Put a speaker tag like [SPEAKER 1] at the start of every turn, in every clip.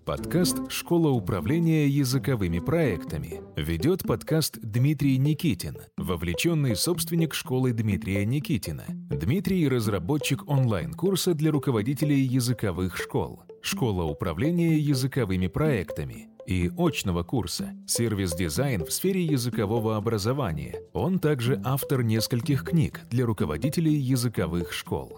[SPEAKER 1] Подкаст «Школа управления языковыми проектами». Ведет подкаст Дмитрий Никитин, вовлеченный собственник школы Дмитрия Никитина. Дмитрий – разработчик онлайн-курса для руководителей языковых школ, «Школа управления языковыми проектами» и очного курса «Сервис-дизайн в сфере языкового образования». Он также автор нескольких книг для руководителей языковых школ.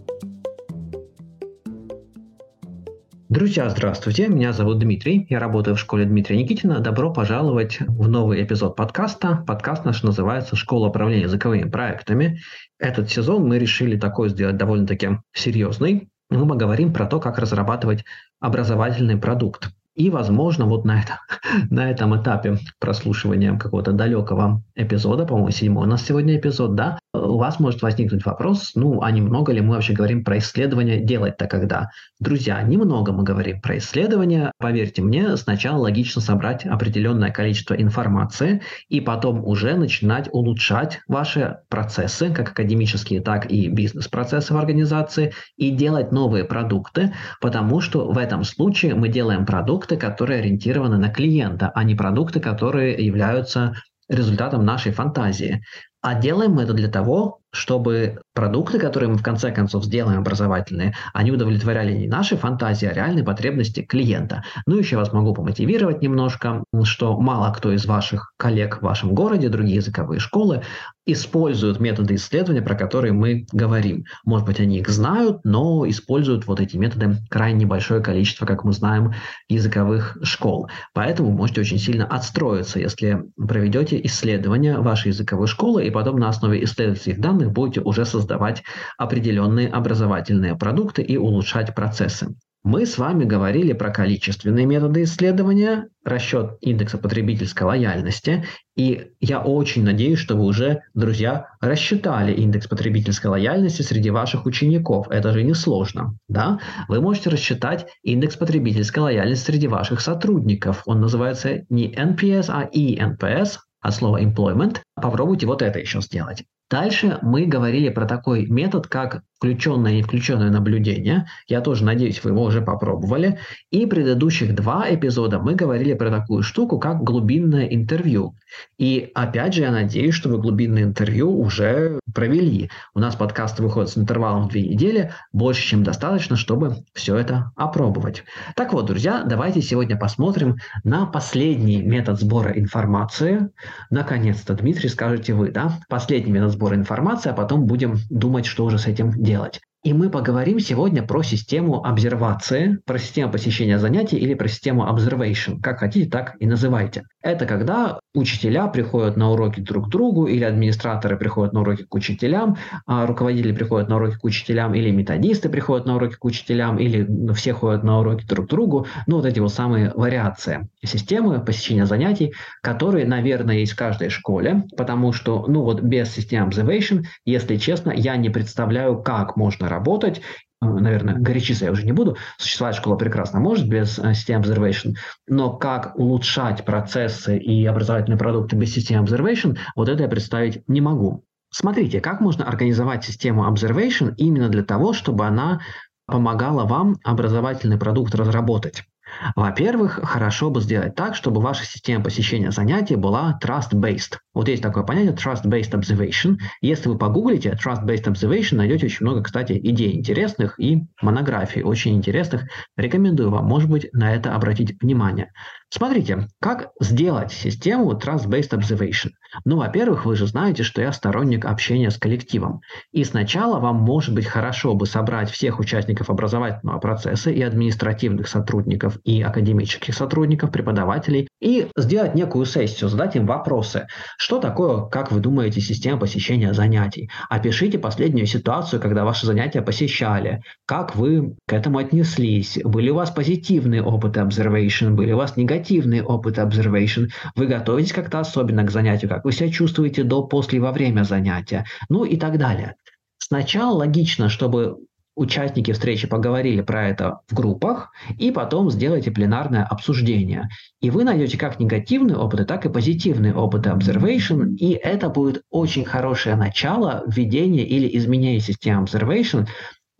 [SPEAKER 2] Друзья, здравствуйте, меня зовут Дмитрий, я работаю в школе Дмитрия Никитина. Добро пожаловать в новый эпизод подкаста. Подкаст наш называется «Школа управления языковыми проектами». Этот сезон мы решили такой сделать довольно-таки серьезный. Мы поговорим про то, как разрабатывать образовательный продукт. И, возможно, вот на этом этапе прослушивания какого-то далекого эпизода, по-моему, 7-й у нас сегодня эпизод, да, у вас может возникнуть вопрос, а немного ли мы вообще говорим про исследования, делать-то когда? Друзья, немного мы говорим про исследования. Поверьте мне, сначала логично собрать определенное количество информации и потом уже начинать улучшать ваши процессы, как академические, так и бизнес-процессы в организации, и делать новые продукты, потому что в этом случае мы делаем продукты, которые ориентированы на клиента, а не продукты, которые являются результатом нашей фантазии. А делаем мы это для того, чтобы продукты, которые мы в конце концов сделаем образовательные, они удовлетворяли не наши фантазии, а реальные потребности клиента. Еще вас могу помотивировать немножко, что мало кто из ваших коллег в вашем городе, другие языковые школы, используют методы исследования, про которые мы говорим. Может быть, они их знают, но используют вот эти методы крайне небольшое количество, как мы знаем, языковых школ. Поэтому можете очень сильно отстроиться, если проведете исследования вашей языковой школы, и потом на основе исследовательских данных будете уже создавать определенные образовательные продукты и улучшать процессы. Мы с вами говорили про количественные методы исследования, расчет индекса потребительской лояльности, и я очень надеюсь, что вы уже, друзья, рассчитали индекс потребительской лояльности среди ваших учеников. Это же несложно, да? Вы можете рассчитать индекс потребительской лояльности среди ваших сотрудников. Он называется не NPS, а eNPS, от слова employment. Попробуйте вот это еще сделать. Дальше мы говорили про такой метод, как включенное и не включенное наблюдение. Я тоже надеюсь, вы его уже попробовали. И предыдущих 2 эпизода мы говорили про такую штуку, как глубинное интервью. И опять же, я надеюсь, что вы глубинное интервью уже провели. У нас подкасты выходят с интервалом в 2 недели, больше, чем достаточно, чтобы все это опробовать. Так вот, друзья, давайте сегодня посмотрим на последний метод сбора информации. Наконец-то, Дмитрий, скажете вы, да? Последний метод сбора информации, а потом будем думать, что уже с этим делать. И мы поговорим сегодня про систему обсервации, про систему посещения занятий или про систему observation. Как хотите, так и называйте. Это когда учителя приходят на уроки друг к другу, или администраторы приходят на уроки к учителям, а руководители приходят на уроки к учителям, или методисты приходят на уроки к учителям, или все ходят на уроки друг к другу. Вот эти вот самые вариации системы посещения занятий, которые, наверное, есть в каждой школе, потому что, без системы observation, если честно, я не представляю, как можно работать. Наверное, горячиться я уже не буду. Существовать школа прекрасно может без системы observation, но как улучшать процессы и образовательные продукты без системы observation, вот это я представить не могу. Смотрите, как можно организовать систему observation именно для того, чтобы она помогала вам образовательный продукт разработать. Во-первых, хорошо бы сделать так, чтобы ваша система посещения занятий была trust-based. Вот есть такое понятие trust-based observation. Если вы погуглите trust-based observation, найдете очень много, кстати, идей интересных и монографий очень интересных. Рекомендую вам, может быть, на это обратить внимание. Смотрите, как сделать систему trust-based observation. Во-первых, вы же знаете, что я сторонник общения с коллективом. И сначала вам, может быть, хорошо бы собрать всех участников образовательного процесса и административных сотрудников, и академических сотрудников, преподавателей, и сделать некую сессию, задать им вопросы. Что такое, как вы думаете, система посещения занятий? Опишите последнюю ситуацию, когда ваши занятия посещали. Как вы к этому отнеслись? Были у вас позитивные опыты observation? Были у вас негативные опыты observation? Вы готовитесь как-то особенно к занятию? Как вы себя чувствуете до, после и во время занятия? И так далее. Сначала логично, чтобы участники встречи поговорили про это в группах, и потом сделайте пленарное обсуждение. И вы найдете как негативные опыты, так и позитивные опыты observation, и это будет очень хорошее начало введения или изменения системы observation,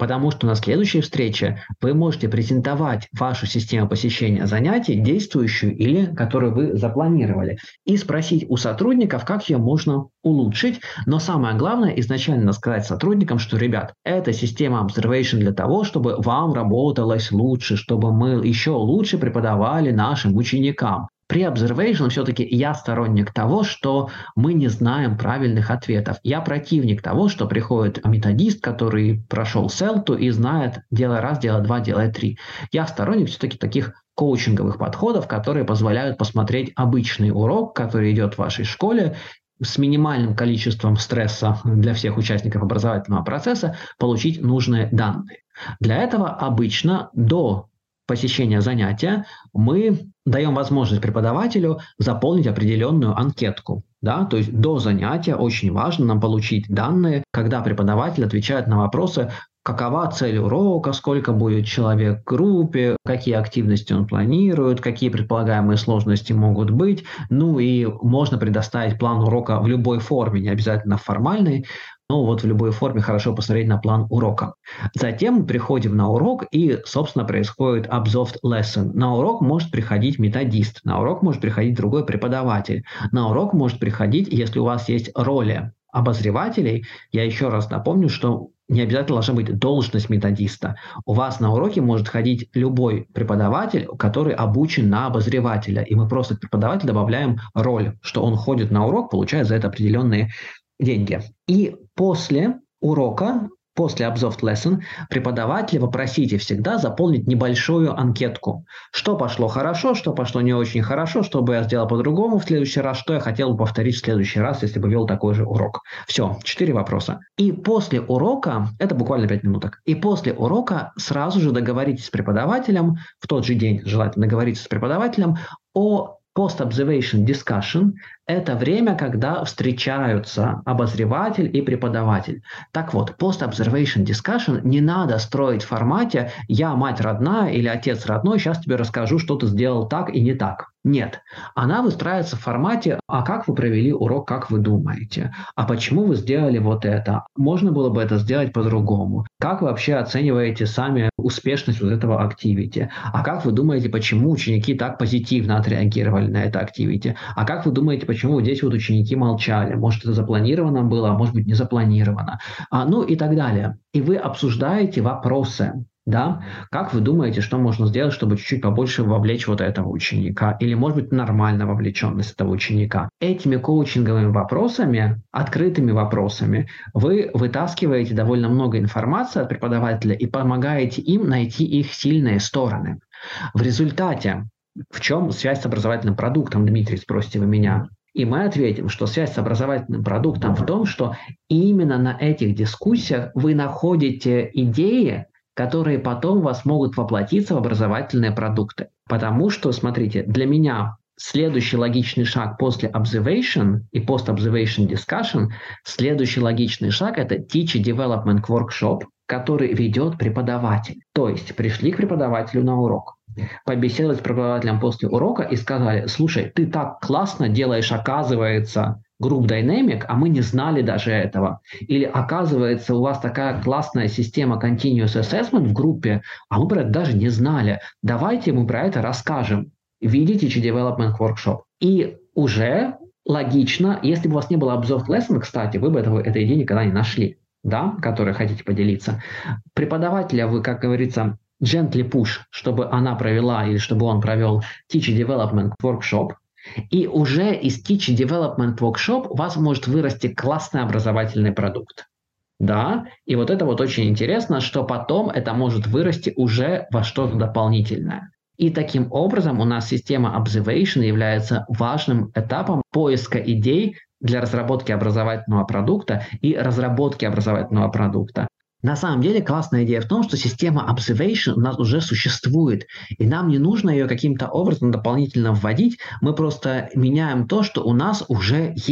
[SPEAKER 2] Потому что на следующей встрече вы можете презентовать вашу систему посещения занятий, действующую или которую вы запланировали, и спросить у сотрудников, как ее можно улучшить. Но самое главное, изначально сказать сотрудникам, что, ребят, это система observation для того, чтобы вам работалось лучше, чтобы мы еще лучше преподавали нашим ученикам. При observation все-таки я сторонник того, что мы не знаем правильных ответов. Я противник того, что приходит методист, который прошел селту и знает делай раз, делай два, делай три. Я сторонник все-таки таких коучинговых подходов, которые позволяют посмотреть обычный урок, который идет в вашей школе, с минимальным количеством стресса для всех участников образовательного процесса, получить нужные данные. Для этого обычно до посещения занятия мы даем возможность преподавателю заполнить определенную анкетку. Да? То есть до занятия очень важно нам получить данные, когда преподаватель отвечает на вопросы, какова цель урока, сколько будет человек в группе, какие активности он планирует, какие предполагаемые сложности могут быть. Ну и можно предоставить план урока в любой форме, не обязательно формальной. Но вот в любой форме хорошо посмотреть на план урока. Затем мы приходим на урок, и, собственно, происходит observed lesson. На урок может приходить методист, на урок может приходить другой преподаватель, на урок может приходить, если у вас есть роли обозревателей. Я еще раз напомню, что не обязательно должна быть должность методиста. У вас на уроке может ходить любой преподаватель, который обучен на обозревателя. И мы просто к преподавателю добавляем роль, что он ходит на урок, получает за это определенные деньги. И после урока, после observed lesson, преподавателя вы просите всегда заполнить небольшую анкетку. Что пошло хорошо, что пошло не очень хорошо, что бы я сделал по-другому в следующий раз, что я хотел бы повторить в следующий раз, если бы вел такой же урок. Все, 4 вопроса. И после урока, это буквально 5 минуток, и после урока сразу же договоритесь с преподавателем, в тот же день желательно договориться с преподавателем о post-observation discussion – это время, когда встречаются обозреватель и преподаватель. Так вот, post-observation discussion не надо строить в формате «я мать родная» или «отец родной, сейчас тебе расскажу, что ты сделал так и не так». Нет. Она выстраивается в формате «а как вы провели урок, как вы думаете? А почему вы сделали вот это? Можно было бы это сделать по-другому? Как вы вообще оцениваете сами успешность вот этого активити? А как вы думаете, почему ученики так позитивно отреагировали на это активити? А как вы думаете, почему здесь вот ученики молчали? Может, это запланировано было, а может быть, не запланировано? Ну и так далее. И вы обсуждаете вопросы. Да? Как вы думаете, что можно сделать, чтобы чуть-чуть побольше вовлечь вот этого ученика? Или, может быть, нормально вовлеченность этого ученика? Этими коучинговыми вопросами, открытыми вопросами, вы вытаскиваете довольно много информации от преподавателя и помогаете им найти их сильные стороны. В результате, в чем связь с образовательным продуктом, Дмитрий, спросите вы меня? И мы ответим, что связь с образовательным продуктом в том, что именно на этих дискуссиях вы находите идеи, которые потом у вас могут воплотиться в образовательные продукты. Потому что, смотрите, для меня следующий логичный шаг после observation и post-observation discussion, следующий логичный шаг – это teacher development workshop, который ведет преподаватель. То есть пришли к преподавателю на урок, побеседовали с преподавателем после урока и сказали: слушай, ты так классно делаешь, оказывается, Group Dynamic, а мы не знали даже этого. Или оказывается, у вас такая классная система Continuous Assessment в группе, а мы про это даже не знали. Давайте мы про это расскажем. Видите Teacher Development Workshop. И уже логично, если бы у вас не было Observed Lesson, кстати, вы бы этой идеи никогда не нашли, да, которой хотите поделиться. Преподавателя вы, как говорится, gently push, чтобы она провела или чтобы он провел Teacher Development Workshop. И уже из Teacher Development Workshop у вас может вырасти классный образовательный продукт. Да, и вот это вот очень интересно, что потом это может вырасти уже во что-то дополнительное. И таким образом у нас система Observation является важным этапом поиска идей для разработки образовательного продукта и разработки образовательного продукта. На самом деле классная идея в том, что система observation у нас уже существует, и нам не нужно ее каким-то образом дополнительно вводить, мы просто меняем то, что у нас уже есть.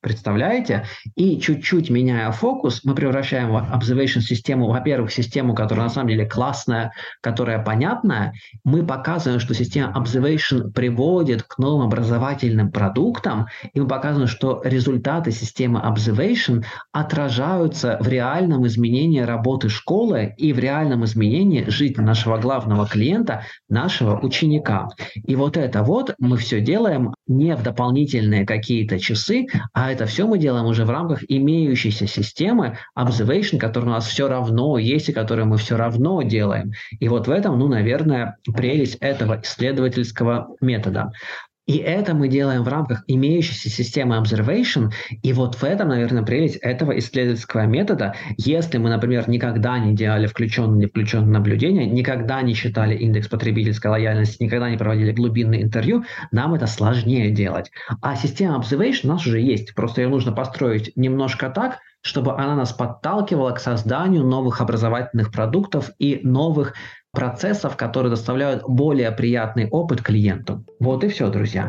[SPEAKER 2] Представляете? И чуть-чуть меняя фокус, мы превращаем observation систему, во-первых, в систему, которая на самом деле классная, которая понятная. Мы показываем, что система observation приводит к новым образовательным продуктам, и мы показываем, что результаты системы observation отражаются в реальном изменении работы школы и в реальном изменении жизни нашего главного клиента, нашего ученика. И вот это вот мы все делаем не в дополнительные какие-то часы, а это все мы делаем уже в рамках имеющейся системы observation, которая у нас все равно есть и которую мы все равно делаем. И вот в этом, наверное, прелесть этого исследовательского метода. И это мы делаем в рамках имеющейся системы observation, и вот в этом, наверное, прелесть этого исследовательского метода. Если мы, например, никогда не делали включенное наблюдение, никогда не считали индекс потребительской лояльности, никогда не проводили глубинные интервью, нам это сложнее делать. А система observation у нас уже есть, просто ее нужно построить немножко так, чтобы она нас подталкивала к созданию новых образовательных продуктов и новых процессов, которые доставляют более приятный опыт клиенту. Вот и все, друзья.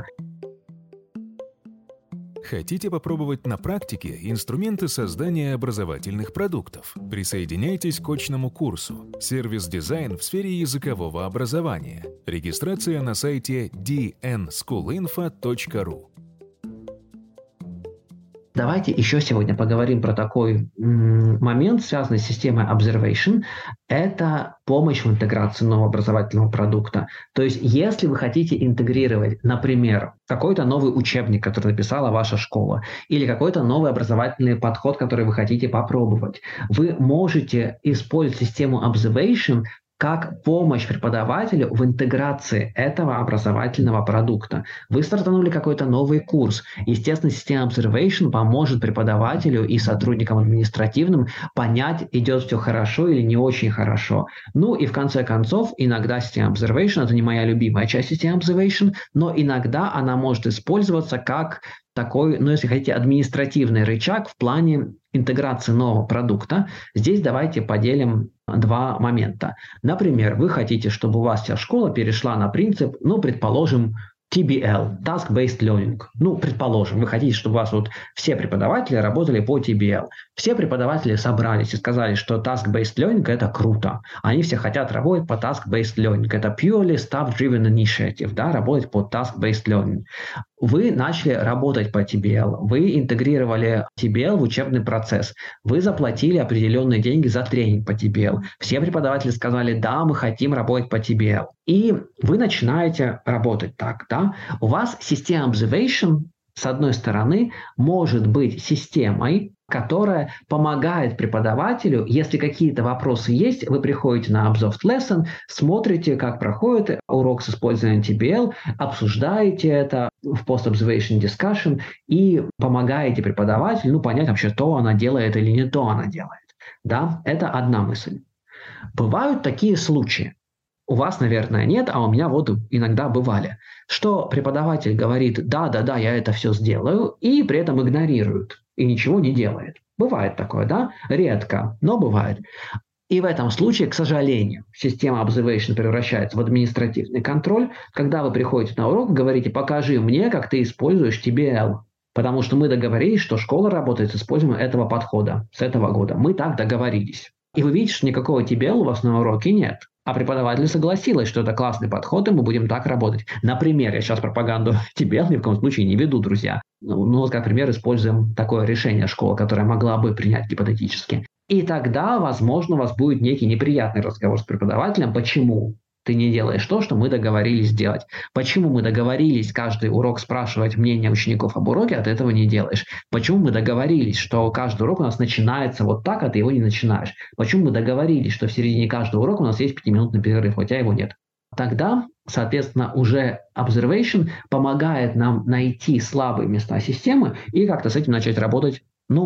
[SPEAKER 1] Хотите попробовать на практике инструменты создания образовательных продуктов? Присоединяйтесь к очному курсу «Сервис-дизайн в сфере языкового образования». Регистрация на сайте dnschoolinfo.ru.
[SPEAKER 2] Давайте еще сегодня поговорим про такой момент, связанный с системой observation. Это помощь в интеграции нового образовательного продукта. То есть, если вы хотите интегрировать, например, какой-то новый учебник, который написала ваша школа, или какой-то новый образовательный подход, который вы хотите попробовать, вы можете использовать систему observation как помощь преподавателю в интеграции этого образовательного продукта. Вы стартанули какой-то новый курс. Естественно, система observation поможет преподавателю и сотрудникам административным понять, идет все хорошо или не очень хорошо. И в конце концов, иногда система observation, это не моя любимая часть системы observation, но иногда она может использоваться как такой, если хотите, административный рычаг в плане интеграции нового продукта. Здесь давайте поделим два момента. Например, вы хотите, чтобы у вас вся школа перешла на принцип, предположим, TBL, Task-Based Learning. Предположим, вы хотите, чтобы у вас все преподаватели работали по TBL. Все преподаватели собрались и сказали, что Task-Based Learning – это круто. Они все хотят работать по Task-Based Learning. Это purely staff-driven initiative, работать по Task-Based Learning. Вы начали работать по TBL, вы интегрировали TBL в учебный процесс, вы заплатили определенные деньги за тренинг по TBL. Все преподаватели сказали, да, мы хотим работать по TBL. И вы начинаете работать так, У вас система observation, с одной стороны, может быть системой, которая помогает преподавателю, если какие-то вопросы есть, вы приходите на Observed Lesson, смотрите, как проходит урок с использованием TBL, обсуждаете это в Post-Observation Discussion и помогаете преподавателю понять вообще, то она делает или не то она делает. Это одна мысль. Бывают такие случаи. У вас, наверное, нет, а у меня иногда бывали, что преподаватель говорит, да, я это все сделаю, и при этом игнорирует и ничего не делает. Бывает такое, Редко, но бывает. И в этом случае, к сожалению, система observation превращается в административный контроль, когда вы приходите на урок, говорите, покажи мне, как ты используешь TBL. Потому что мы договорились, что школа работает с использованием этого подхода с этого года. Мы так договорились. И вы видите, что никакого TBL у вас на уроке нет. А преподаватель согласилась, что это классный подход, и мы будем так работать. Например, я сейчас пропаганду TBL ни в коем случае не веду, друзья. Как пример, используем такое решение школы, которое могла бы принять гипотетически. И тогда, возможно, у вас будет некий неприятный разговор с преподавателем. Почему ты не делаешь то, что мы договорились сделать? Почему мы договорились каждый урок спрашивать мнение учеников об уроке, а ты этого не делаешь? Почему мы договорились, что каждый урок у нас начинается вот так, а ты его не начинаешь? Почему мы договорились, что в середине каждого урока у нас есть 5-минутный перерыв, хотя его нет? Тогда, соответственно, уже observation помогает нам найти слабые места системы и как-то с этим начать работать,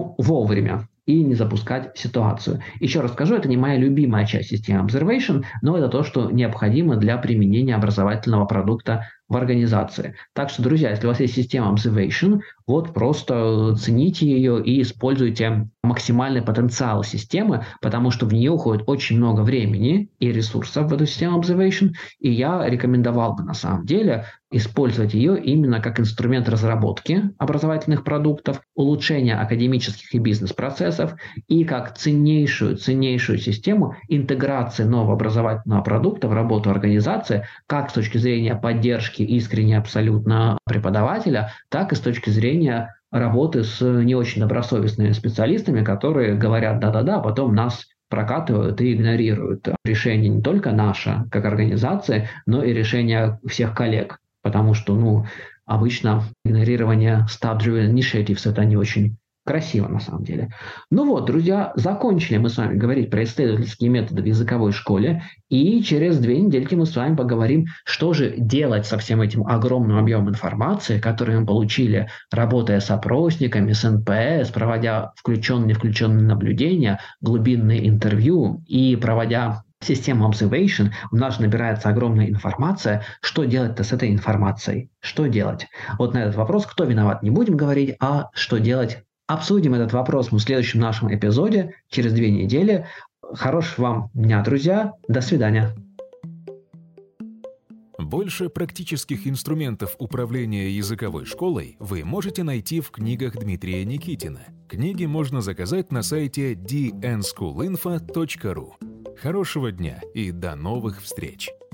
[SPEAKER 2] вовремя и не запускать ситуацию. Еще раз скажу, это не моя любимая часть системы observation, но это то, что необходимо для применения образовательного продукта в организации. Так что, друзья, если у вас есть система Observation, вот просто цените ее и используйте максимальный потенциал системы, потому что в нее уходит очень много времени и ресурсов в эту систему Observation, и я рекомендовал бы на самом деле использовать ее именно как инструмент разработки образовательных продуктов, улучшения академических и бизнес-процессов и как ценнейшую систему интеграции нового образовательного продукта в работу организации, как с точки зрения поддержки искренне абсолютно преподавателя, так и с точки зрения работы с не очень добросовестными специалистами, которые говорят «да-да-да», а потом нас прокатывают и игнорируют решение не только наше, как организации, но и решение всех коллег. Потому что, обычно игнорирование staff-driven initiatives – это не очень красиво на самом деле. Ну вот, друзья, закончили мы с вами говорить про исследовательские методы в языковой школе, и через 2 недельки мы с вами поговорим, что же делать со всем этим огромным объемом информации, который мы получили, работая с опросниками, с НПС, проводя включенные наблюдения, глубинные интервью и проводя систему Observation. У нас набирается огромная информация. Что делать-то с этой информацией? Что делать? Вот на этот вопрос, кто виноват, не будем говорить, а что делать? Обсудим этот вопрос в следующем нашем эпизоде через 2 недели. Хорошего вам дня, друзья. До свидания.
[SPEAKER 1] Больше практических инструментов управления языковой школой вы можете найти в книгах Дмитрия Никитина. Книги можно заказать на сайте dnschoolinfo.ru. Хорошего дня и до новых встреч!